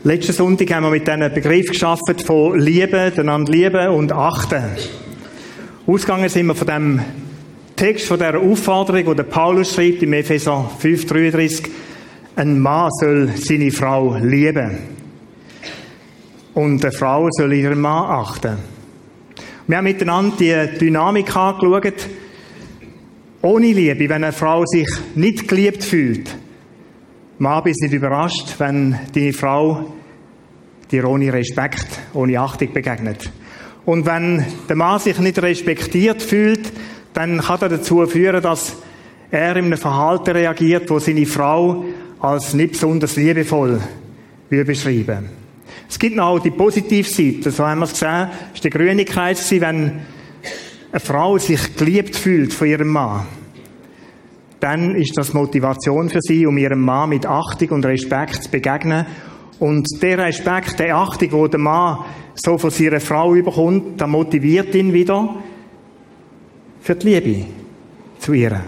Letzten Sonntag haben wir mit diesem Begriff geschaffen von Lieben, einander lieben und achten. Ausgegangen sind wir von dem Text, von dieser Aufforderung, wo der Paulus schreibt im Epheser 5,33, ein Mann soll seine Frau lieben. Und eine Frau soll ihren Mann achten. Wir haben miteinander die Dynamik angeschaut. Ohne Liebe, wenn eine Frau sich nicht geliebt fühlt, Mann, bist nicht überrascht, wenn deine Frau dir ohne Respekt, ohne Achtung begegnet. Und wenn der Mann sich nicht respektiert fühlt, dann kann das dazu führen, dass er in einem Verhalten reagiert, wo seine Frau als nicht besonders liebevoll beschreiben. Es gibt noch auch die positive Seite. So haben wir es gesehen. Es war die Grünigkeit, wenn eine Frau sich geliebt fühlt von ihrem Mann. Dann ist das Motivation für sie, um ihrem Mann mit Achtung und Respekt zu begegnen. Und der Respekt, die Achtung, die der Mann so von seiner Frau überkommt, das motiviert ihn wieder für die Liebe zu ihr.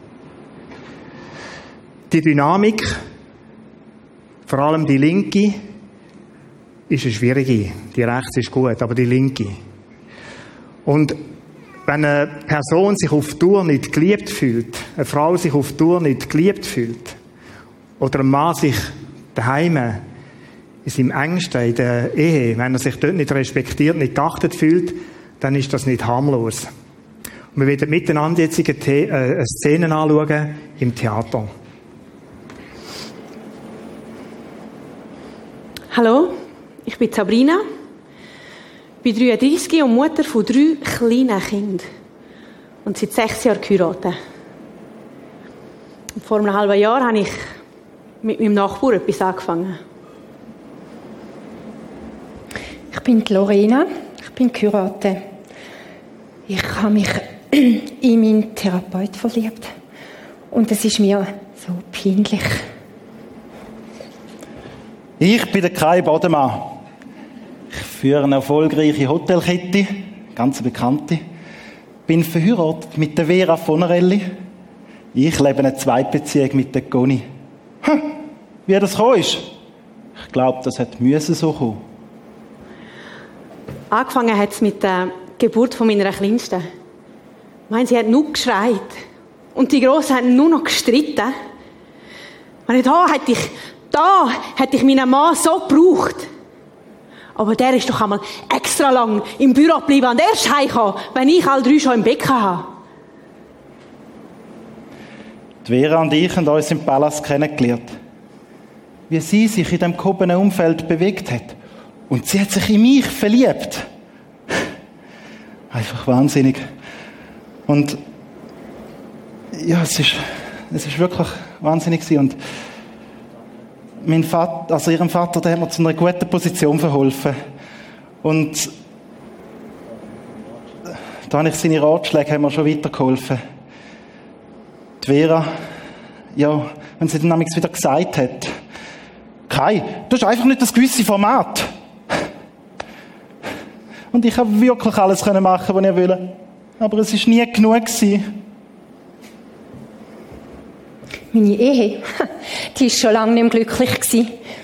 Die Dynamik, vor allem die linke, ist eine schwierige. Die rechte ist gut, aber die linke. Und wenn eine Person sich auf Dauer nicht geliebt fühlt, eine Frau sich auf Dauer nicht geliebt fühlt, oder ein Mann sich daheim, in seinem Engsten, in der Ehe, wenn er sich dort nicht respektiert, nicht geachtet fühlt, dann ist das nicht harmlos. Und wir werden miteinander jetzt eine Szene anschauen im Theater. Hallo, ich bin Sabrina, bin 33 und Mutter von 3 kleinen Kindern und seit 6 Jahren geheiratet. Vor einem halben Jahr habe ich mit meinem Nachbarn etwas angefangen. Ich bin Lorena, ich bin geheiratet. Ich habe mich in meinen Therapeut verliebt und es ist mir so peinlich. Ich bin der Kai Bodemann. Ich führe eine erfolgreiche Hotelkette, ganz bekannte. Bin verheiratet mit der Vera Fonerelli. Ich lebe eine Zweitbeziehung mit der Conny. Wie das gekommen ist? Ich glaube, das müsse so kommen. Angefangen hat es mit der Geburt von meiner Kleinsten. Ich meine, sie hat nur geschreit. Und die Grossen haben nur noch gestritten. Und da hätte ich meinen Mann so gebraucht. Aber der ist doch einmal extra lang im Büro geblieben und erst heimgekommen, wenn ich alle 3 schon im Becken habe. Die Vera und ich haben uns im Palast kennengelernt. Wie sie sich in diesem gehobenen Umfeld bewegt hat. Und sie hat sich in mich verliebt. Einfach wahnsinnig. Und ja, es ist wirklich wahnsinnig gewesen. Und mein Vater, also ihrem Vater, der hat mir zu einer guten Position verholfen. Und da habe ich seine Ratschläge haben mir schon weitergeholfen. Die Vera, ja, wenn sie dann nämlich wieder gesagt hat, Kai, du hast einfach nicht das gewisse Format. Und ich habe wirklich alles machen, was ich will. Aber es war nie genug gewesen. Meine Ehe, die war schon lange nicht mehr glücklich gewesen.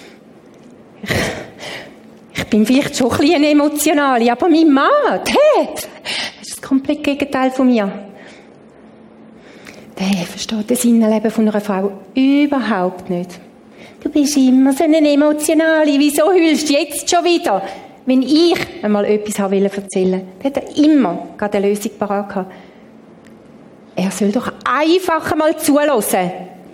Ich bin vielleicht schon ein bisschen emotional, aber mein Mann, der ist das komplett Gegenteil von mir. Der versteht das Innenleben von einer Frau überhaupt nicht. Du bist immer so eine Emotionale, wieso heulst du jetzt schon wieder? Wenn ich einmal etwas erzählen wollte, dann hat er immer gerade eine Lösung parat gehabt. Er soll doch einfach mal zuhören.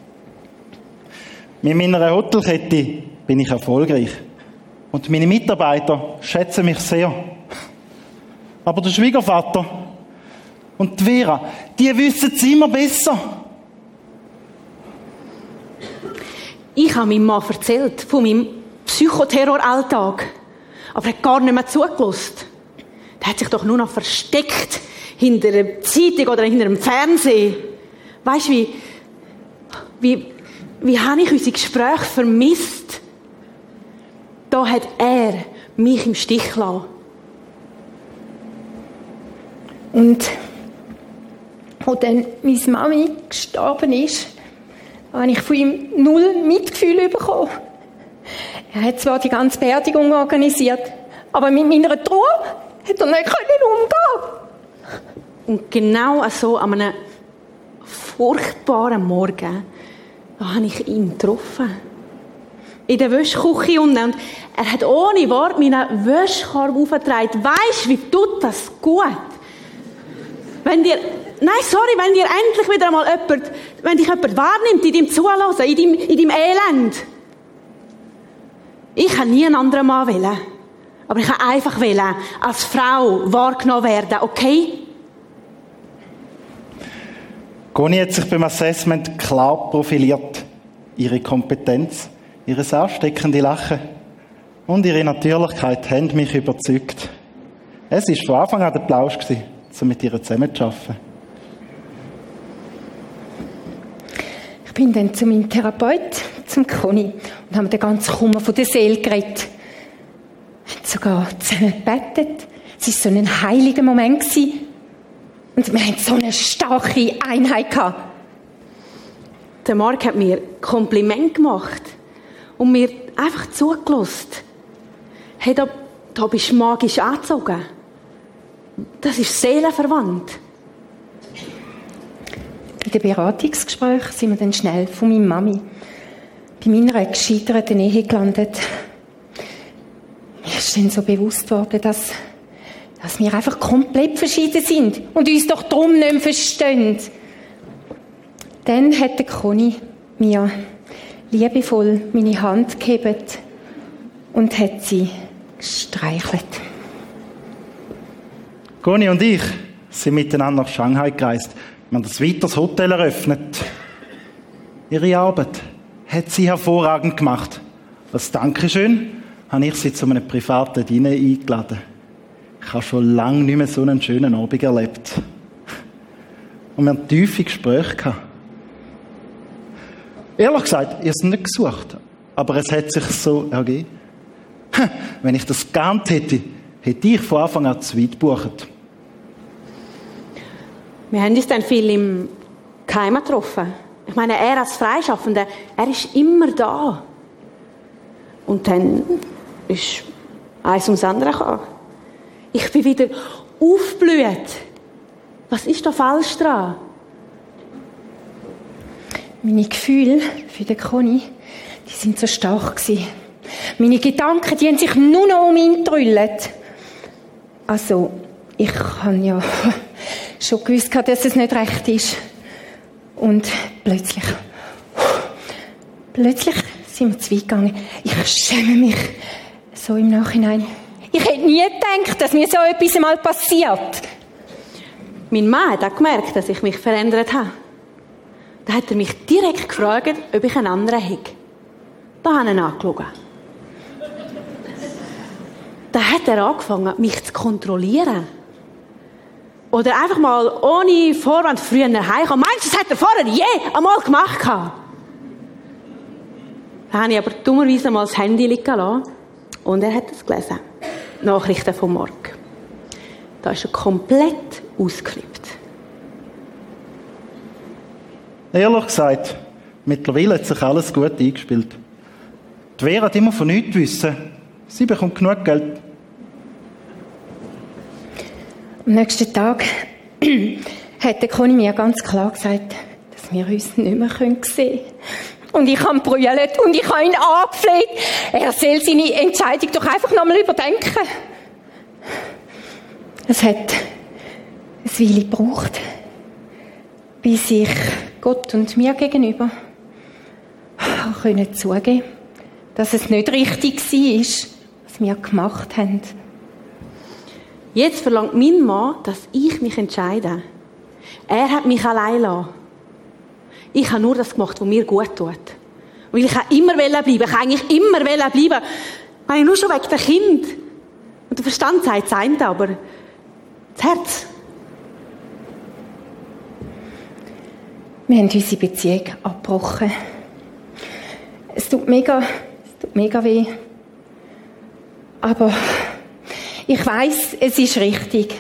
Mit meiner Hotelkette bin ich erfolgreich. Und meine Mitarbeiter schätzen mich sehr. Aber der Schwiegervater und die Vera, die wissen es immer besser. Ich habe meinem Mann erzählt von meinem Psychoterror-Alltag. Aber er hat gar nicht mehr zugelassen. Der hat sich doch nur noch versteckt hinter einer Zeitung oder hinter einem Fernsehen. Weisst du, wie habe ich unsere Gespräche vermisst? Da hat er mich im Stich gelassen. Und als dann meine Mami gestorben ist, habe ich von ihm 0 Mitgefühl bekommen. Er hat zwar die ganze Beerdigung organisiert, aber mit meiner Trauer hat er nicht umgehen. Und genau so an einem furchtbaren Morgen habe ich ihn getroffen. In der Wäschküche unten. Und er hat ohne Wort meinen Wäschkorb aufgetragen. Weisst, wie tut das gut? Wenn dir endlich wieder einmal wenn dich jemand wahrnimmt, in deinem Zuhören, in deinem Elend. Ich kann nie einen anderen Mann wählen. Aber ich kann einfach wählen, als Frau wahrgenommen werden, okay? Conny hat sich beim Assessment klar profiliert. Ihre Kompetenz, ihr ansteckende Lachen und ihre Natürlichkeit haben mich überzeugt. Es war von Anfang an der Plausch, um mit ihr zusammenzuarbeiten. Ich bin dann zu meinem Therapeut, zum Conny, und haben den ganzen Kummer von der Seele geredet. Wir haben sogar zusammen gebetet. Es war so ein heiliger Moment. Und wir hatten so eine starke Einheit gehabt. Der Marc hat mir Kompliment gemacht und mir einfach zugelassen. Hey, da bist du magisch angezogen. Das ist seelenverwandt. In den Beratungsgesprächen sind wir dann schnell von meiner Mami bei meiner gescheiterten Ehe gelandet. Mir ist dann so bewusst worden, dass wir einfach komplett verschieden sind und uns doch darum nicht mehr verstehen. Dann hat der Conny mir liebevoll meine Hand gehebt und hat sie gestreichelt. Conny und ich sind miteinander nach Shanghai gereist. Wir haben ein weiteres Hotel eröffnet. Ihre Arbeit hat sie hervorragend gemacht. Als Dankeschön habe ich sie zu einem privaten Diner eingeladen. Ich habe schon lange nicht mehr so einen schönen Abend erlebt. Und wir haben tiefe Gespräche gehabt. Ehrlich gesagt, ich habe es nicht gesucht. Aber es hat sich so ergeben. Wenn ich das geahnt hätte, hätte ich von Anfang an zu weit gebucht. Wir haben uns dann viel im Keim getroffen. Ich meine, er als Freischaffender, er ist immer da. Und dann ist eins ums andere gekommen. Ich bin wieder aufgeblüht. Was ist da falsch dran? Meine Gefühle für den Conny, die sind so stark gewesen. Meine Gedanken, die haben sich nur noch um ihn gedrüllt. Also, ich habe ja schon gewusst, dass es nicht recht ist. Und plötzlich sind wir zu weit gegangen. Ich schäme mich so im Nachhinein. Ich hätte nie gedacht, dass mir so etwas einmal passiert. Mein Mann hat auch gemerkt, dass ich mich verändert habe. Da hat er mich direkt gefragt, ob ich einen anderen hätte. Da habe ich ihn angeschaut. Da hat er angefangen, mich zu kontrollieren. Oder einfach mal ohne Vorwand früher heimkommen. Meinst du, das hat er vorher je einmal gemacht? Da habe ich aber dummerweise mal das Handy liegen lassen. Und er hat es gelesen. Nachrichten von Marc. Da ist er komplett ausgeflippt. Ehrlich gesagt, mittlerweile hat sich alles gut eingespielt. Die Vera hat immer von nichts wissen. Sie bekommt genug Geld. Am nächsten Tag hat der Conny mir ganz klar gesagt, dass wir uns nicht mehr sehen können. Und ich habe brüllt und ich habe ihn angefleht. Er soll seine Entscheidung doch einfach nochmal überdenken. Es hat eine Weile gebraucht, bis ich Gott und mir gegenüber zugeben konnte, dass es nicht richtig war, was wir gemacht haben. Jetzt verlangt mein Mann, dass ich mich entscheide. Er hat mich allein gelassen. Ich habe nur das gemacht, was mir gut tut. Weil ich immer bleiben. Ich wollte eigentlich immer bleiben. Ich meine, nur schon wegen dem Kind. Und der Verstand sagt das eine, aber das Herz. Wir haben unsere Beziehung abgebrochen. Es tut mega weh. Aber ich weiss, es ist richtig.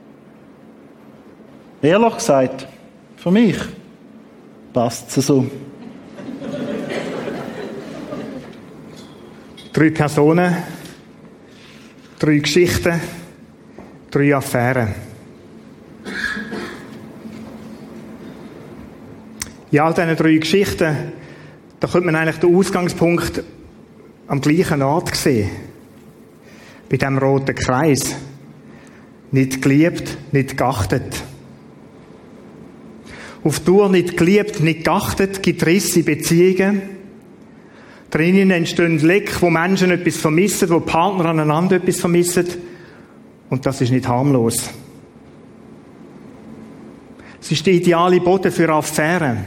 Ehrlich gesagt, für mich passt es so. 3 Personen, 3 Geschichten, 3 Affären. In all diesen 3 Geschichten, da könnte man eigentlich den Ausgangspunkt am gleichen Ort sehen. Bei diesem roten Kreis. Nicht geliebt, nicht geachtet. Auf Dauer nicht geliebt, nicht geachtet, gibt Risse in Beziehungen. Drinnen entstehen Leck, wo Menschen etwas vermissen, wo Partner aneinander etwas vermissen. Und das ist nicht harmlos. Es ist der ideale Boden für Affären.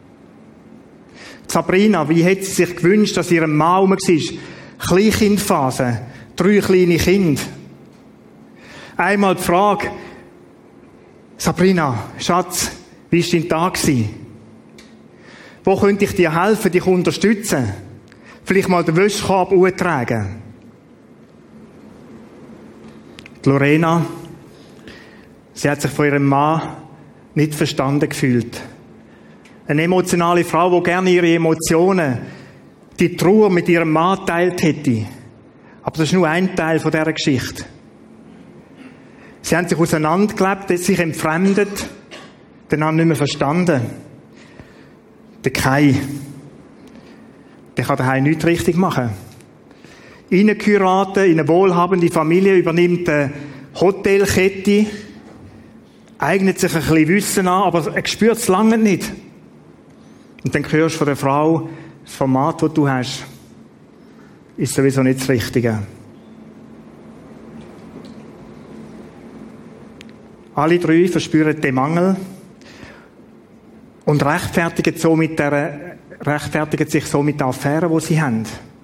Sabrina, wie hätte sie sich gewünscht, dass ihrem Mann herum war? Kleinkindphase, 3 kleine Kinder. Einmal die Frage, Sabrina, Schatz, wie war dein Tag gewesen? Wo könnte ich dir helfen, dich unterstützen? Vielleicht mal den Wäschekorb tragen. Die Lorena, sie hat sich von ihrem Mann nicht verstanden gefühlt. Eine emotionale Frau, die gerne ihre Emotionen, die Trauer mit ihrem Mann teilt hätte. Aber das ist nur ein Teil von dieser Geschichte. Sie haben sich auseinandergelebt, sich entfremdet, den haben nicht mehr verstanden. Der Kai, der kann daheim nichts richtig machen. Reingeheiratet in eine wohlhabende Familie, übernimmt eine Hotelkette, eignet sich ein bisschen Wissen an, aber er spürt es lange nicht. Und dann hörst du von der Frau, das Format, das du hast, ist sowieso nicht das Richtige. Alle 3 verspüren den Mangel und rechtfertigen sich so mit der Affäre, die sie haben.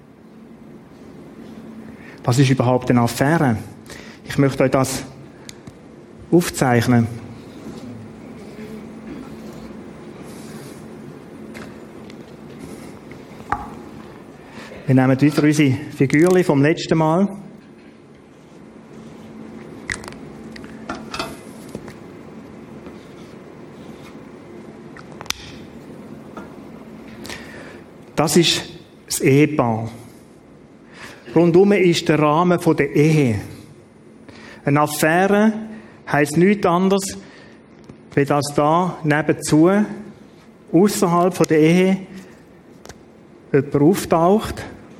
Was ist überhaupt eine Affäre? Ich möchte euch das aufzeichnen. Wir nehmen wieder unsere Figürchen vom letzten Mal. Das ist das Ehepaar. Rundum ist der Rahmen der Ehe. Eine Affäre heisst nichts anderes, wie das da nebenzu, außerhalb der Ehe, jemand auftaucht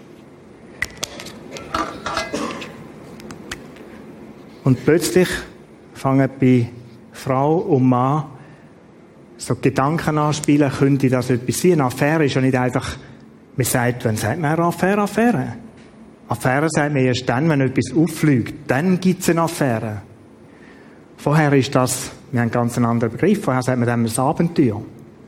und plötzlich fangen bei Frau und Mann so Gedanken anspielen, könnte das etwas sein. Eine Affäre ist ja nicht einfach, man sagt, wann sagt man eine Affäre? Affäre sagt man erst dann, wenn etwas auffliegt. Dann gibt es eine Affäre. Vorher ist das, wir haben einen ganz anderen Begriff, vorher sagt man dann ein Abenteuer.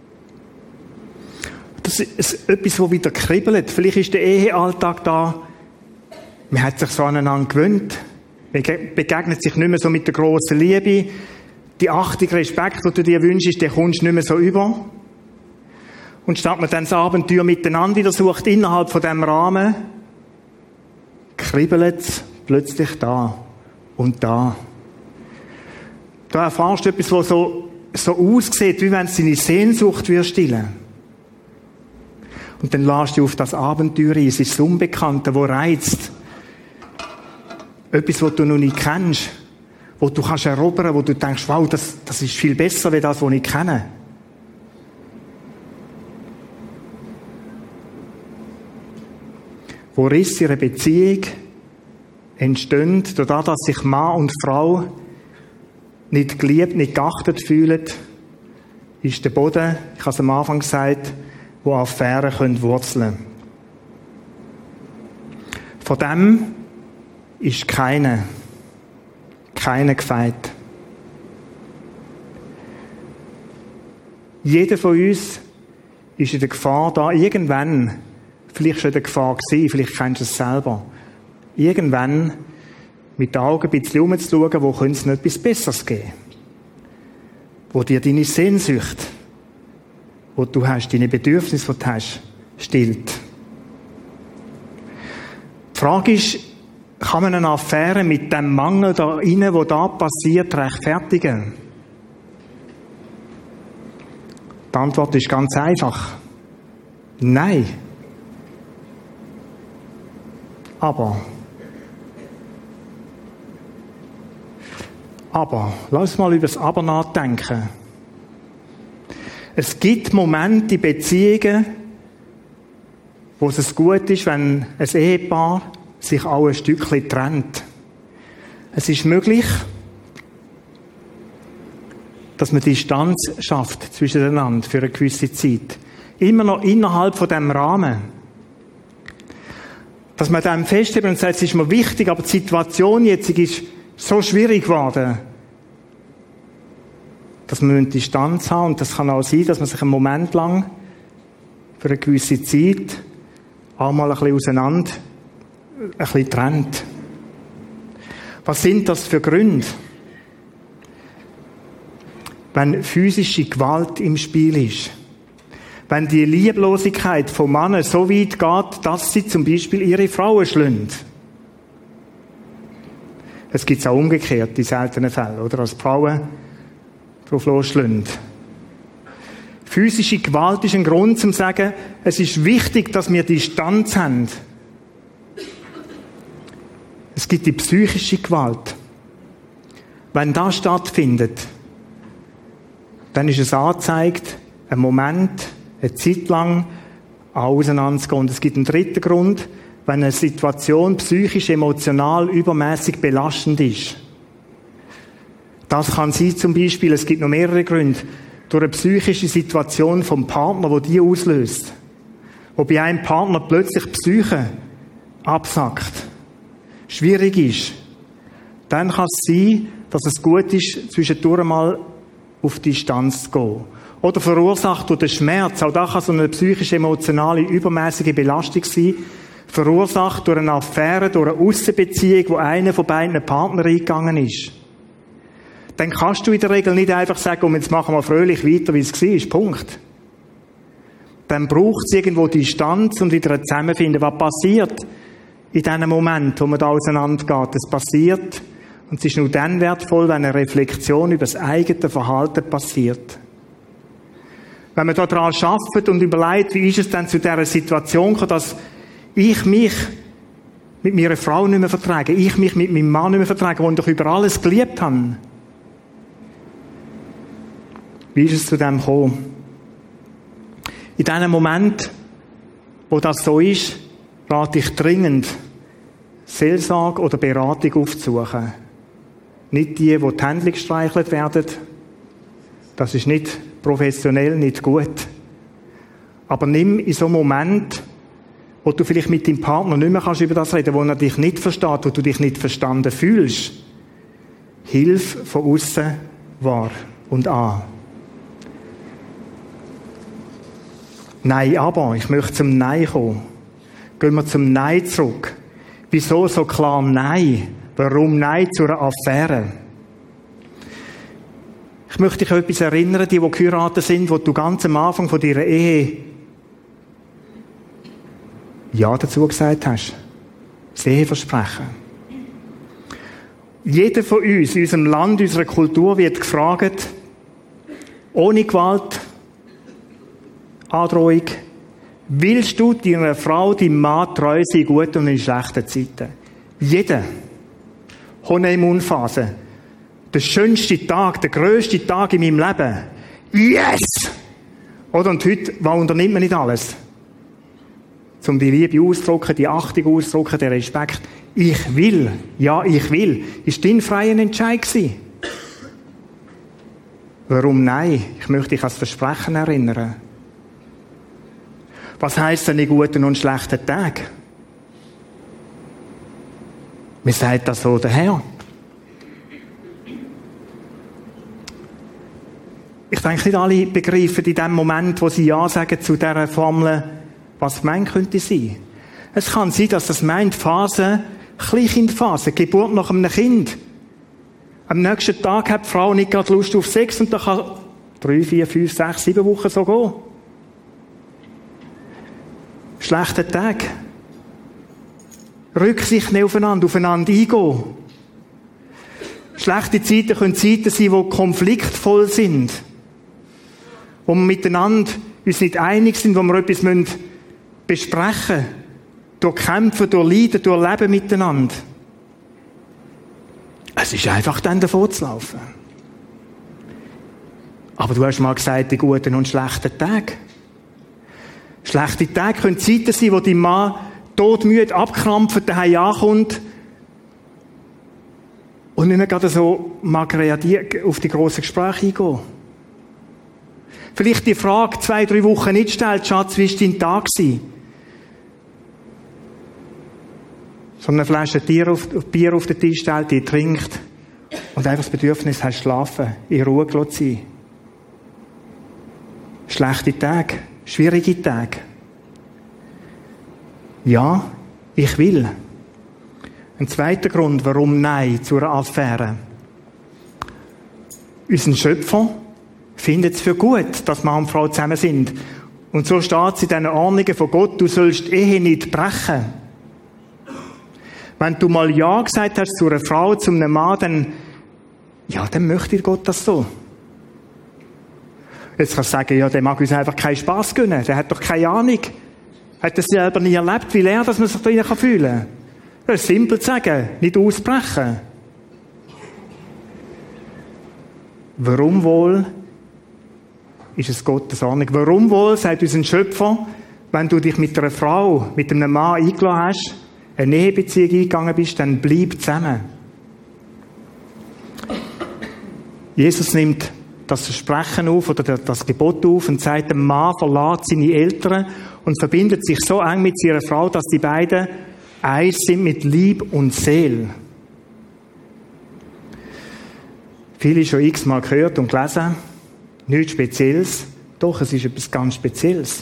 Das ist etwas, das wieder kribbelt. Vielleicht ist der Ehealltag da, man hat sich so aneinander gewöhnt, man begegnet sich nicht mehr so mit der grossen Liebe, die Achtung, Respekt, den du dir wünschst, den kommst du nicht mehr so über. Und statt man dann das Abenteuer miteinander wieder sucht, innerhalb von diesem Rahmen, kribbelt es plötzlich da und da. Da erfährst du etwas, was so aussieht, wie wenn es deine Sehnsucht stillen. Und dann lässt du auf das Abenteuer ein. Es ist das Unbekannte, das reizt. Etwas, was du noch nicht kennst, wo du kannst erobern, wo du denkst, wow, das ist viel besser als das, was ich kenne. Wo Risse in einer Beziehung entstehen, dadurch, dass sich Mann und Frau nicht geliebt, nicht geachtet fühlen, ist der Boden, ich habe es am Anfang gesagt, wo Affären wurzeln können. Von dem ist keine gefeit. Jeder von uns ist in der Gefahr da, irgendwann, vielleicht schon in der Gefahr gewesen, vielleicht kennst du es selber, irgendwann mit den Augen ein bisschen umzuschauen, wo könnte es noch etwas Besseres geben? Wo dir deine Sehnsucht, wo du hast, deine Bedürfnisse, die du hast, stillt. Die Frage ist, kann man eine Affäre mit dem Mangel da rein, der da passiert, rechtfertigen? Die Antwort ist ganz einfach. Nein. Aber, lass uns mal über das Aber nachdenken. Es gibt Momente in Beziehungen, wo es gut ist, wenn ein Ehepaar sich auch ein Stückchen trennt. Es ist möglich, dass man Distanz schafft zwischeneinander für eine gewisse Zeit. Immer noch innerhalb von diesem Rahmen. Dass man dem festhält und sagt, es ist mir wichtig, aber die Situation jetzt ist so schwierig geworden, dass man Distanz haben. Und das kann auch sein, dass man sich einen Moment lang für eine gewisse Zeit auch mal ein bisschen auseinander, ein bisschen trennt. Was sind das für Gründe? Wenn physische Gewalt im Spiel ist. Wenn die Lieblosigkeit von Männern so weit geht, dass sie zum Beispiel ihre Frauen schlagen. Es gibt auch umgekehrt, in seltenen Fällen, oder? Als Frauen drauf losschlagen. Physische Gewalt ist ein Grund, um zu sagen, es ist wichtig, dass wir Distanz haben. Es gibt die psychische Gewalt. Wenn das stattfindet, dann ist es angezeigt, einen Moment, eine Zeit lang auseinanderzugehen. Und es gibt einen dritten Grund, wenn eine Situation psychisch, emotional, übermäßig belastend ist. Das kann sein zum Beispiel, es gibt noch mehrere Gründe, durch eine psychische Situation vom Partner, die auslöst. Wo bei einem Partner plötzlich die Psyche absackt, schwierig ist. Dann kann es sein, dass es gut ist, zwischendurch mal auf Distanz zu gehen. Oder verursacht durch den Schmerz, auch da kann so eine psychisch-emotionale, übermäßige Belastung sein, verursacht durch eine Affäre, durch eine Aussenbeziehung, wo einer von beiden Partnern eingegangen ist. Dann kannst du in der Regel nicht einfach sagen, und jetzt machen wir fröhlich weiter, wie es war. Punkt. Dann braucht es irgendwo Distanz und wieder ein Zusammenfinden. Was passiert in diesem Moment, wo man da auseinandergeht? Das passiert, und es ist nur dann wertvoll, wenn eine Reflexion über das eigene Verhalten passiert. Wenn man daran arbeitet und überlegt, wie ist es denn zu dieser Situation gekommen, dass ich mich mit meiner Frau nicht mehr vertrage, ich mich mit meinem Mann nicht mehr vertrage, den ich über alles geliebt habe. Wie ist es zu dem gekommen? In diesem Moment, wo das so ist, rate ich dringend, Seelsorge oder Beratung aufzusuchen. Nicht die Hände gestreichelt werden. Das ist nicht professionell, nicht gut. Aber nimm in so einem Moment, wo du vielleicht mit deinem Partner nicht mehr über das reden kannst, wo er dich nicht versteht, wo du dich nicht verstanden fühlst, Hilfe von außen wahr und an. Nein, aber, ich möchte zum Nein kommen. Gehen wir zum Nein zurück. Wieso so klar Nein? Warum Nein zu einer Affäre? Ich möchte dich an etwas erinnern, die geheiratet sind, wo du ganz am Anfang von deiner Ehe Ja dazu gesagt hast. Das Eheversprechen. Jeder von uns, in unserem Land, in unserer Kultur wird gefragt, ohne Gewalt, Androhung, willst du deiner Frau, deinem Mann treu sein, in guten und in schlechten Zeiten? Jeder. Honeymoon-Phase. Der schönste Tag, der grösste Tag in meinem Leben. Yes! Oder, und heute, was unternimmt man nicht alles? Um die Liebe auszudrücken, die Achtung auszudrücken, den Respekt. Ich will. Ja, ich will. Ist dein freier Entscheid gewesen? Warum nein? Ich möchte dich an das Versprechen erinnern. Was heisst denn in guten und schlechten Tagen? Wie sagt das so der Herr? Ich denke, nicht alle begreifen in dem Moment, wo sie Ja sagen zu dieser Formel, was gemeint könnte sein. Es kann sein, dass das meint Phase, Kleinkindphase, Geburt nach einem Kind. Am nächsten Tag hat die Frau nicht gerade Lust auf Sex und dann kann 3, 4, 5, 6, 7 Wochen so gehen. Schlechter Tag. Rücksicht nehmen aufeinander eingehen. Schlechte Zeiten können Zeiten sein, die konfliktvoll sind. Wo wir miteinander uns nicht einig sind, wo wir etwas besprechen müssen. durch Kämpfen, durch Leiden, durch Leben miteinander. Es ist einfach dann davon zu laufen. Aber du hast mal gesagt, die guten und schlechten Tage. Schlechte Tage können Zeiten sein, wo dein Mann todmüde, abkrampft, daheim ankommt und nicht mehr gerade so mag auf die grossen Gespräche eingehen. Vielleicht die Frage 2-3 Wochen nicht stellt, Schatz, wie war dein Tag gewesen? Sondern eine Flasche Bier auf den Tisch stellt, die trinkt und einfach das Bedürfnis hat, schlafen, in Ruhe zu sein. Schlechte Tage, schwierige Tage. Ja, ich will. Ein zweiter Grund, warum Nein zu einer Affäre. Unser Schöpfer findet es für gut, dass Mann und Frau zusammen sind. Und so steht es in diesen Ordnungen von Gott, du sollst die Ehe nicht brechen. Wenn du mal Ja gesagt hast zu einer Frau, zu einem Mann, dann möchte Gott das so. Jetzt kannst du sagen, ja, der mag uns einfach keinen Spass gönnen. Der hat doch keine Ahnung. Hat das selber nie erlebt, wie leer, dass man sich da fühlen kann. Das ist simpel zu sagen, nicht ausbrechen. Warum wohl ist es Gottes Ordnung? Warum wohl, sagt unser Schöpfer, wenn du dich mit einer Frau, mit einem Mann eingeladen hast, eine Ehebeziehung eingegangen bist, dann bleib zusammen. Jesus nimmt das Versprechen auf oder das Gebot auf und sagt, der Mann verlässt seine Eltern und verbindet sich so eng mit seiner Frau, dass die beiden eins sind mit Lieb und Seele. Viele schon x-mal gehört und gelesen. Nichts Spezielles. Doch, es ist etwas ganz Spezielles.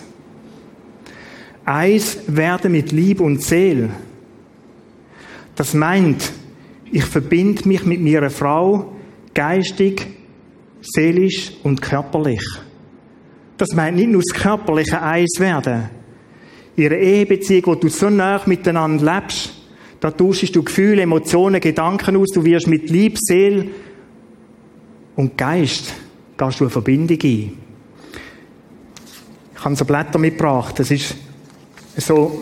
Eins werden mit Lieb und Seele. Das meint, ich verbinde mich mit meiner Frau geistig, seelisch und körperlich. Das meint nicht nur das körperliche Eins-Werden. Ihre Ehebeziehung, wo du so nah miteinander lebst, da tauschst du Gefühle, Emotionen, Gedanken aus, du wirst mit Liebe, Seele und Geist, gehst du eine Verbindung ein. Ich habe so Blätter mitgebracht, das ist so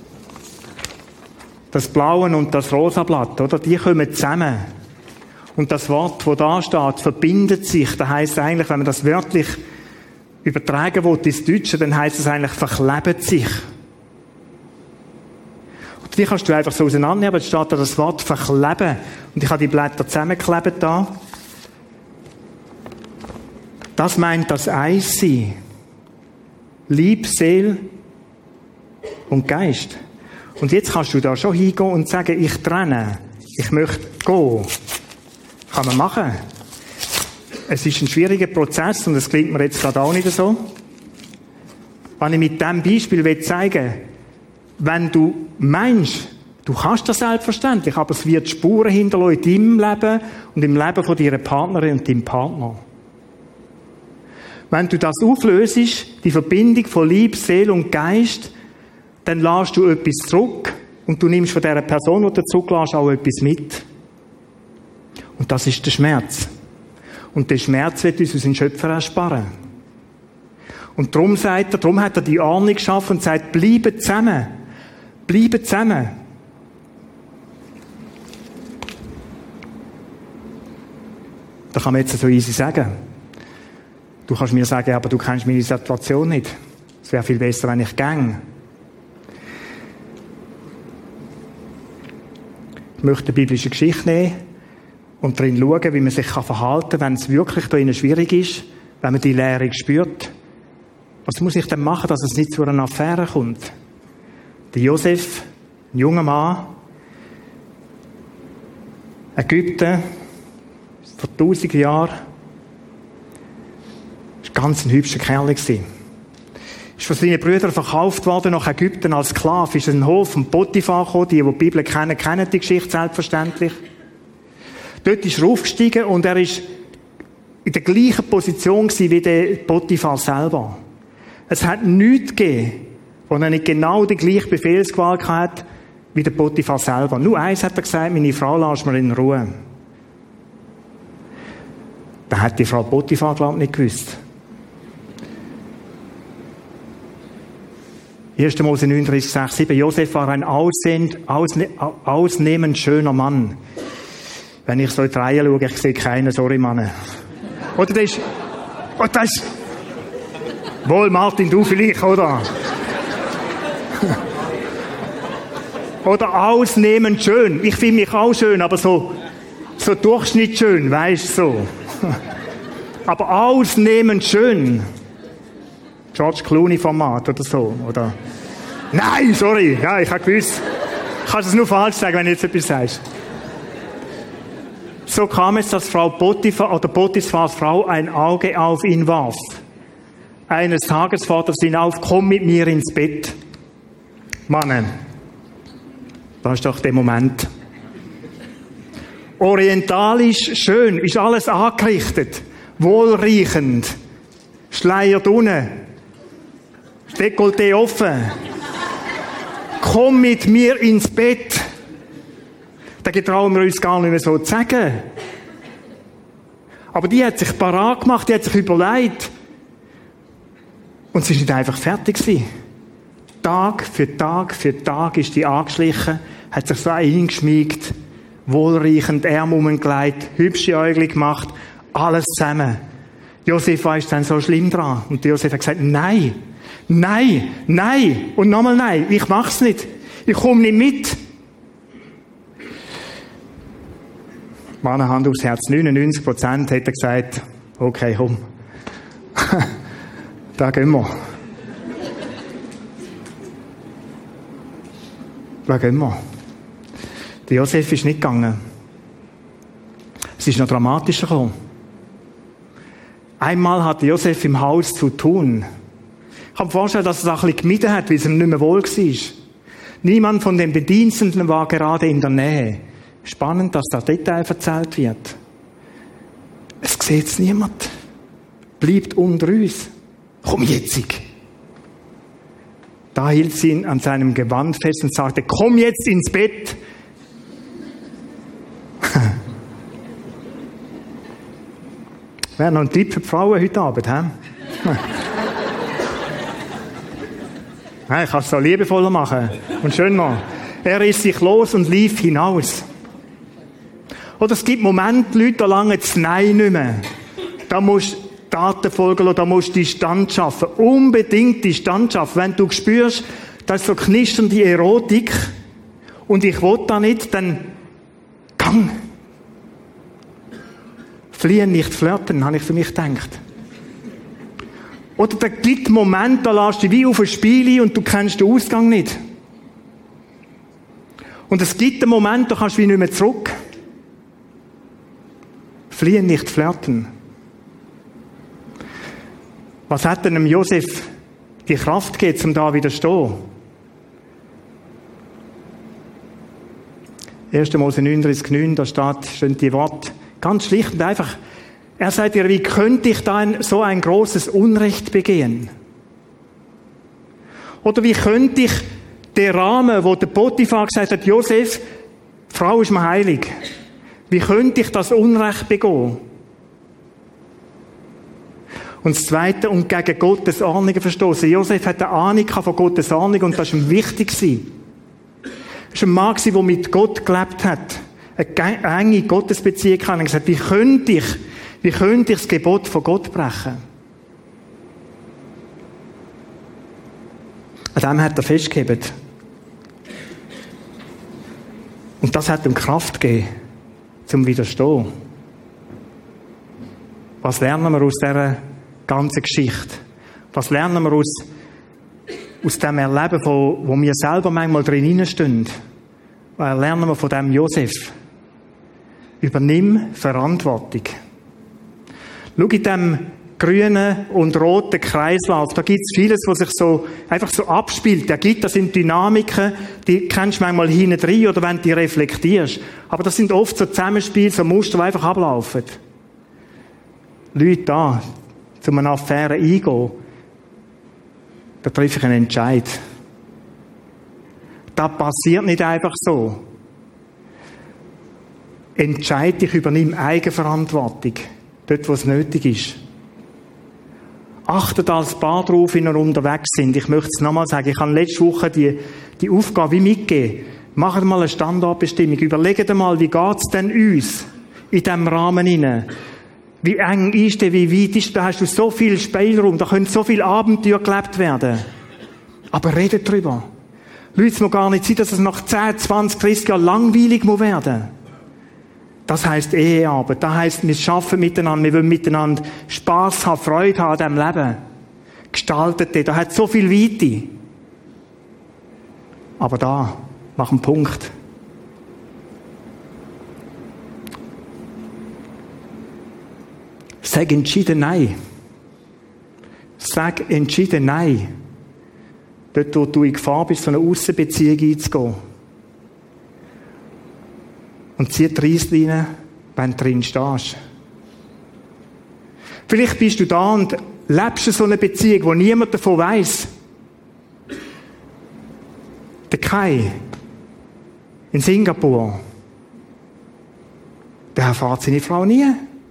das Blaue und das rosa Blatt, oder? Die kommen zusammen. Und das Wort, das da steht, verbindet sich. Das heisst eigentlich, wenn man das wörtlich übertragen will ins Deutsche, dann heisst es eigentlich, verklebt sich. Und die kannst du einfach so auseinandernehmen, aber jetzt steht da das Wort verkleben. Und ich habe die Blätter zusammengeklebt da. Das meint das Eins-Sein. Lieb, Seele und Geist. Und jetzt kannst du da schon hingehen und sagen, ich trenne. Ich möchte gehen. Kann man machen. Es ist ein schwieriger Prozess und das klingt mir jetzt gerade auch nicht so. Wenn ich mit diesem Beispiel zeigen will, wenn du meinst, du kannst das selbstverständlich, aber es wird Spuren hinterlassen in deinem Leben und im Leben von deiner Partnerin und deinem Partner. Wenn du das auflöst, die Verbindung von Liebe, Seele und Geist, dann lässt du etwas zurück und du nimmst von dieser Person, die du zurücklässt, auch etwas mit. Und das ist der Schmerz. Und der Schmerz wird uns unseren Schöpfer ersparen. Und darum hat er die Ordnung geschaffen und sagt, bleibe zusammen. Bleibe zusammen. Da kann man jetzt so easy sagen. Du kannst mir sagen, aber du kennst meine Situation nicht. Es wäre viel besser, wenn ich ginge. Ich möchte eine biblische Geschichte nehmen und darin schauen, wie man sich verhalten kann, wenn es wirklich da innen schwierig ist, wenn man die Leere spürt. Was muss ich denn machen, dass es nicht zu einer Affäre kommt? Der Josef, ein junger Mann, Ägypten, vor 1000 Jahren, war ganz ein hübscher Kerl. Ist von seinen Brüdern verkauft worden nach Ägypten als Sklave. Ist in den Hof von Potiphar gekommen. Die die Bibel kennen, kennen die Geschichte selbstverständlich. Dort ist er aufgestiegen und er ist in der gleichen Position wie der Potiphar selber. Es hat nichts gegeben, wo er nicht genau die gleiche Befehlsgewalt hatte wie der Potiphar selber. Nur eins hat er gesagt, meine Frau lass mir in Ruhe. Da hat die Frau Potiphar, glaube ich, nicht gewusst. 1. Mose 39, 6, 7. Josef war ein ausnehmend schöner Mann. Wenn ich so in die Reihe schaue, ich sehe keinen, sorry, Mann. Oder das ist, wohl, Martin, du vielleicht, oder? Oder ausnehmend schön. Ich finde mich auch schön, aber so durchschnittsschön, weisst so. Aber ausnehmend schön. George Clooney Format oder so, oder? Nein, sorry, ja, ich habe gewusst. Kannst du es nur falsch sagen, wenn du jetzt etwas sagst. So kam es, dass Frau Potiphar oder Potiphars Frau ein Auge auf ihn warf. Eines Tages forderte sie ihn auf, komm mit mir ins Bett. Mann, das ist doch der Moment. Orientalisch schön, ist alles angerichtet, wohlriechend, schleiert unten, Dekolleté offen. Komm mit mir ins Bett. Da getrauen wir uns gar nicht mehr so zu sagen. Aber die hat sich parat gemacht, die hat sich überlegt. Und sie ist nicht einfach fertig gewesen. Tag für Tag für Tag ist die angeschlichen, hat sich so eingeschmiegt, wohlriechend, Ärmel umgelegt, hübsche Äugel gemacht, alles zusammen. Josef war dann so schlimm dran. Und Josef hat gesagt, nein, nein, nein und nochmal nein, ich mach's nicht. Ich komme nicht mit. Meine Hand aufs Herz, 99% hat er gesagt, okay, komm. Da gehen wir. Da gehen wir. Der Josef ist nicht gegangen. Es ist noch dramatischer gekommen. Einmal hatte Josef im Haus zu tun. Ich kann mir vorstellen, dass er es ein bisschen gemieden hat, weil es ihm nicht mehr wohl war. Niemand von den Bediensteten war gerade in der Nähe. Spannend, dass das Detail erzählt wird. Es sieht es niemand. Bleibt unter uns. Komm jetzt. Da hielt sie ihn an seinem Gewand fest und sagte, komm jetzt ins Bett. Wäre noch ein Tipp für die Frauen heute Abend, hä? Ich kann es so liebevoller machen. Und schöner. Er riss sich los und lief hinaus. Oder es gibt Momente, Leute, da lange das Nein nicht mehr. Da musst du Taten folgen, da musst du Distanz schaffen. Unbedingt Distanz schaffen. Wenn du spürst, das ist so knisternde Erotik und ich will da nicht, dann gang. Fliehen, nicht flirten, habe ich für mich gedacht. Oder da gibt Momente, da lässt du dich wie auf ein Spiel und du kennst den Ausgang nicht. Und es gibt einen Moment, da kannst du wie nicht mehr zurück. Fliehen, nicht flirten. Was hat denn dem Josef die Kraft gegeben, um da widerstehen? 1. Mose 39,9, da stehen die Worte ganz schlicht und einfach. Er sagt ihr, wie könnte ich da so ein großes Unrecht begehen? Oder wie könnte ich den Rahmen, wo der Potiphar gesagt hat, Josef, die Frau ist mir heilig. Wie könnte ich das Unrecht begehen? Und das Zweite, und gegen Gottes Ordnungen verstoßen. Josef hat eine Ahnung von Gottes Ordnung und das war ihm wichtig. Er war ein Mann, der mit Gott gelebt hat. Eine enge Gottesbeziehung hatte. Er hat gesagt, wie könnte ich das Gebot von Gott brechen? An dem hat er festgehalten. Und das hat ihm Kraft gegeben, zum Widerstehen. Was lernen wir aus dieser ganzen Geschichte? Was lernen wir aus dem Erleben, wo wir selber manchmal drin stehen? Was lernen wir von dem Josef? Übernimm Verantwortung. Schau in diesem grünen und roten Kreislauf, da gibt es vieles, was sich so einfach so abspielt. Das sind Dynamiken, die kennst du manchmal hinten drin oder wenn du die reflektierst. Aber das sind oft so Zusammenspiele, so Muster, die einfach ablaufen. Leute da, zu einer Affäre eingehen, da treffe ich einen Entscheid. Das passiert nicht einfach so. Entscheid dich, übernimm Eigenverantwortung. Dort, wo es nötig ist. Achtet als Paar drauf, wenn ihr unterwegs sind. Ich möchte es nochmal sagen. Ich habe letzte Woche die Aufgabe wie mitgegeben. Macht mal eine Standortbestimmung. Überlegt mal, wie geht's denn uns in diesem Rahmen hinein? Wie eng ist der, wie weit ist der? Da hast du so viel Spielraum, da können so viele Abenteuer gelebt werden. Aber redet drüber. Leute, es muss gar nicht sein, dass es nach 10, 20, 30 Jahren langweilig werden muss. Das heisst Ehearbeit. Das heisst, wir arbeiten miteinander, wir wollen miteinander Spass haben, Freude haben an diesem Leben. Gestaltet das. Da hat so viel Weite. Aber da, mach einen Punkt. Sag entschieden Nein. Sag entschieden Nein. Dort, wo du in Gefahr bist, so eine Aussenbeziehung einzugehen. Und zieh die Reissleine, wenn du drin stehst. Vielleicht bist du da und lebst in so einer Beziehung, wo niemand davon weiss. Der Kai in Singapur, der erfährt seine Frau nie.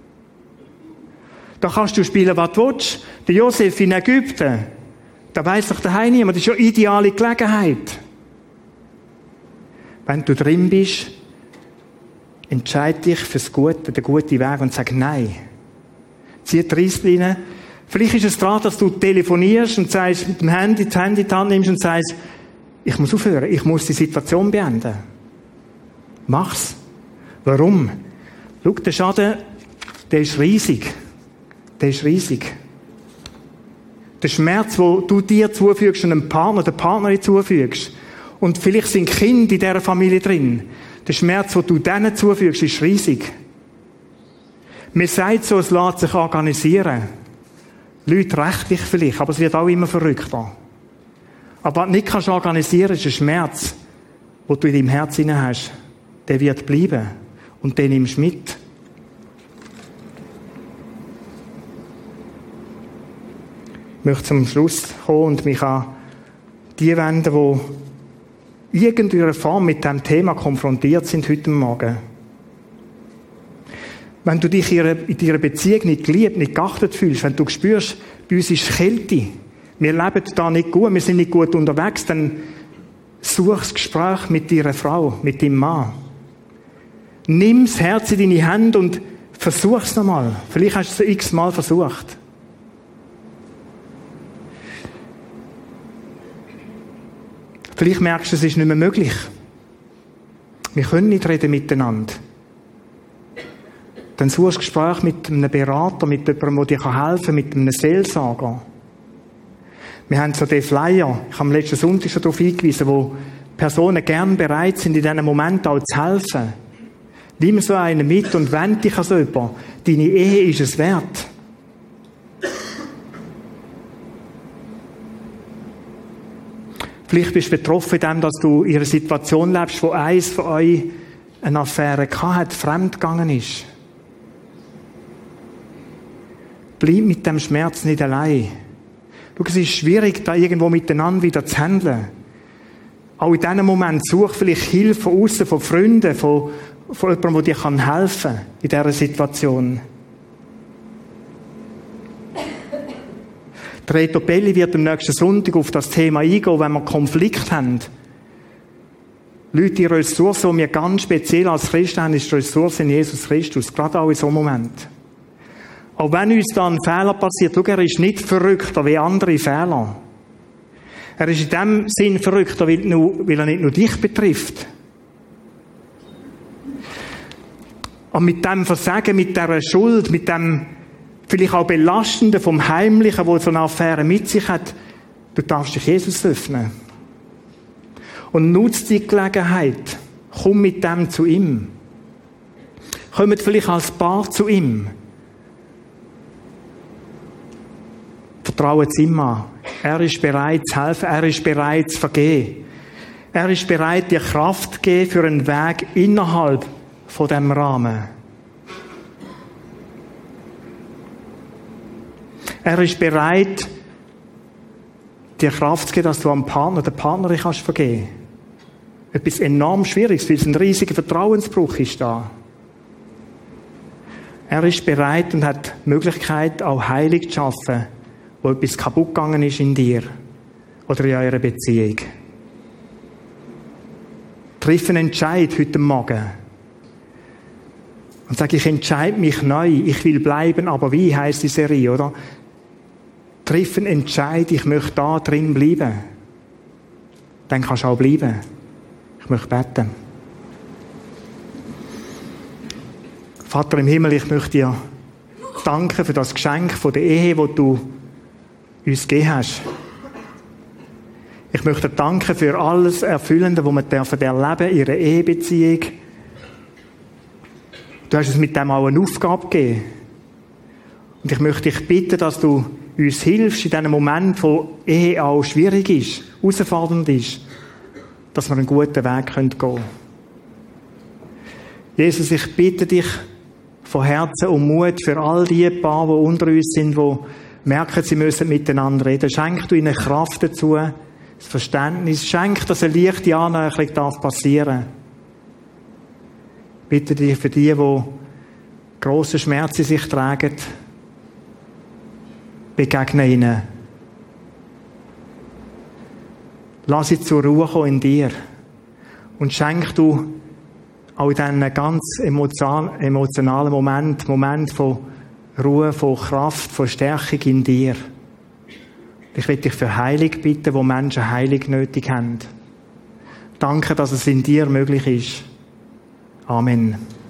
Da kannst du spielen, was du willst. Der Josef in Ägypten, da weiss doch daheim niemand. Das ist ja eine ideale Gelegenheit. Wenn du drin bist, entscheide dich fürs Gute, den guten Weg und sag Nein. Zieh die Reissleine. Vielleicht ist es dran, dass du telefonierst und sagst, mit dem Handy das Handy in die Hand nimmst und sagst, ich muss aufhören, ich muss die Situation beenden. Mach's. Warum? Schau, der Schaden, der ist riesig. Der ist riesig. Der Schmerz, den du dir zufügst und einem Partner, der Partnerin zufügst, und vielleicht sind Kinder in dieser Familie drin, der Schmerz, den du denen zufügst, ist riesig. Man sagt so, es lässt sich organisieren. Leute rechtlich vielleicht, aber es wird auch immer verrückter. Aber was du nicht kannst organisieren, ist ein Schmerz, den du in deinem Herz hinein hast. Der wird bleiben. Und den nimmst du mit. Ich möchte zum Schluss kommen und mich an die wenden, die in irgendeiner Form mit diesem Thema konfrontiert sind heute Morgen. Wenn du dich in deiner Beziehung nicht geliebt, nicht geachtet fühlst, wenn du spürst, bei uns ist Kälte, wir leben da nicht gut, wir sind nicht gut unterwegs, dann such das Gespräch mit deiner Frau, mit deinem Mann. Nimm das Herz in deine Hände und versuch es nochmal. Vielleicht hast du es x-mal versucht. Vielleicht merkst du, es ist nicht mehr möglich. Wir können nicht reden miteinander. Dann such ein Gespräch mit einem Berater, mit jemandem, der dir helfen kann, mit einem Seelsorger. Wir haben so den Flyer, ich habe am letzten Sonntag schon darauf hingewiesen, wo Personen gern bereit sind, in diesen Momenten auch zu helfen. Nimm so einen mit und wende dich an so jemanden. Deine Ehe ist es wert. Vielleicht bist du betroffen in dem, dass du in einer Situation lebst, wo eins von euch eine Affäre hatte, fremdgegangen ist. Bleib mit dem Schmerz nicht allein. Schau, es ist schwierig, da irgendwo miteinander wieder zu handeln. Auch in diesem Moment such vielleicht Hilfe von außen, von Freunden, von jemandem, der dir helfen kann in dieser Situation. Der Reto Belli wird am nächsten Sonntag auf das Thema eingehen, wenn wir Konflikt haben. Leute, die Ressource, die wir ganz speziell als Christen haben, ist die Ressource in Jesus Christus. Gerade auch in so einem Moment. Auch wenn uns da ein Fehler passiert, schau, er ist nicht verrückter wie andere Fehler. Er ist in dem Sinn verrückter, weil er nicht nur dich betrifft. Aber mit dem Versagen, mit dieser Schuld, mit dem vielleicht auch Belastenden vom Heimlichen, wo so eine Affäre mit sich hat, du darfst dich Jesus öffnen. Und nutze die Gelegenheit. Komm mit dem zu ihm. Kommt vielleicht als Paar zu ihm. Vertraue es ihm an. Er ist bereit zu helfen. Er ist bereit zu vergeben. Er ist bereit, dir Kraft zu geben für einen Weg innerhalb von diesem Rahmen. Er ist bereit, dir Kraft zu geben, dass du am Partner, der Partnerin kannst vergeben. Etwas enorm Schwieriges, weil es ein riesiger Vertrauensbruch ist da. Er ist bereit und hat die Möglichkeit, auch Heilung zu schaffen, wo etwas kaputt gegangen ist in dir oder in eurer Beziehung. Triff einen Entscheid heute Morgen. Und sag, ich entscheide mich neu, ich will bleiben, aber wie heisst die Serie, oder? Triff einen Entscheid, ich möchte da drin bleiben. Dann kannst du auch bleiben. Ich möchte beten. Vater im Himmel, ich möchte dir danken für das Geschenk von der Ehe, das du uns gegeben hast. Ich möchte dir danken für alles Erfüllende, was wir erleben dürfen, ihre Ehebeziehung. Du hast uns mit dem auch eine Aufgabe gegeben. Und ich möchte dich bitten, dass du uns hilfst in diesem Moment, wo Ehe auch schwierig ist, herausfordernd ist, dass wir einen guten Weg gehen können. Jesus, ich bitte dich von Herzen um Mut für all die Paare, die unter uns sind, die merken, sie müssen miteinander reden. Schenk du ihnen Kraft dazu, das Verständnis. Schenk, dass eine leichte Annäherung passieren darf. Bitte dich für die grosse Schmerzen in sich tragen, begegne ihnen. Lass sie zur Ruhe kommen in dir. Und schenk du auch in diesen ganz emotionalen Moment von Ruhe, von Kraft, von Stärkung in dir. Ich will dich für Heilung bitten, wo Menschen Heilung nötig haben. Danke, dass es in dir möglich ist. Amen.